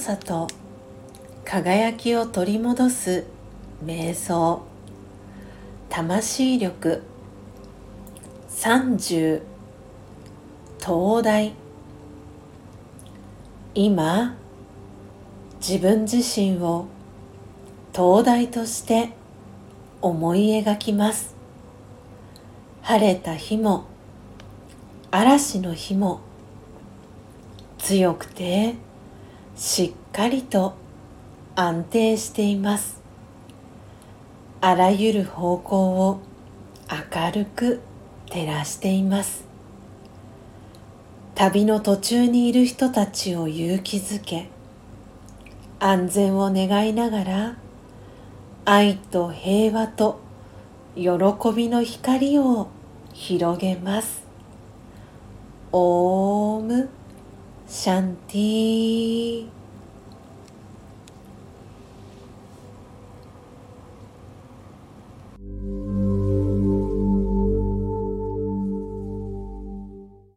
さと輝きを取り戻す瞑想、魂力30、灯台。今、自分自身を灯台として思い描きます。晴れた日も嵐の日も強くてしっかりと安定しています。あらゆる方向を明るく照らしています。旅の途中にいる人たちを勇気づけ、安全を願いながら愛と平和と喜びの光を広げます。オームシャンティー。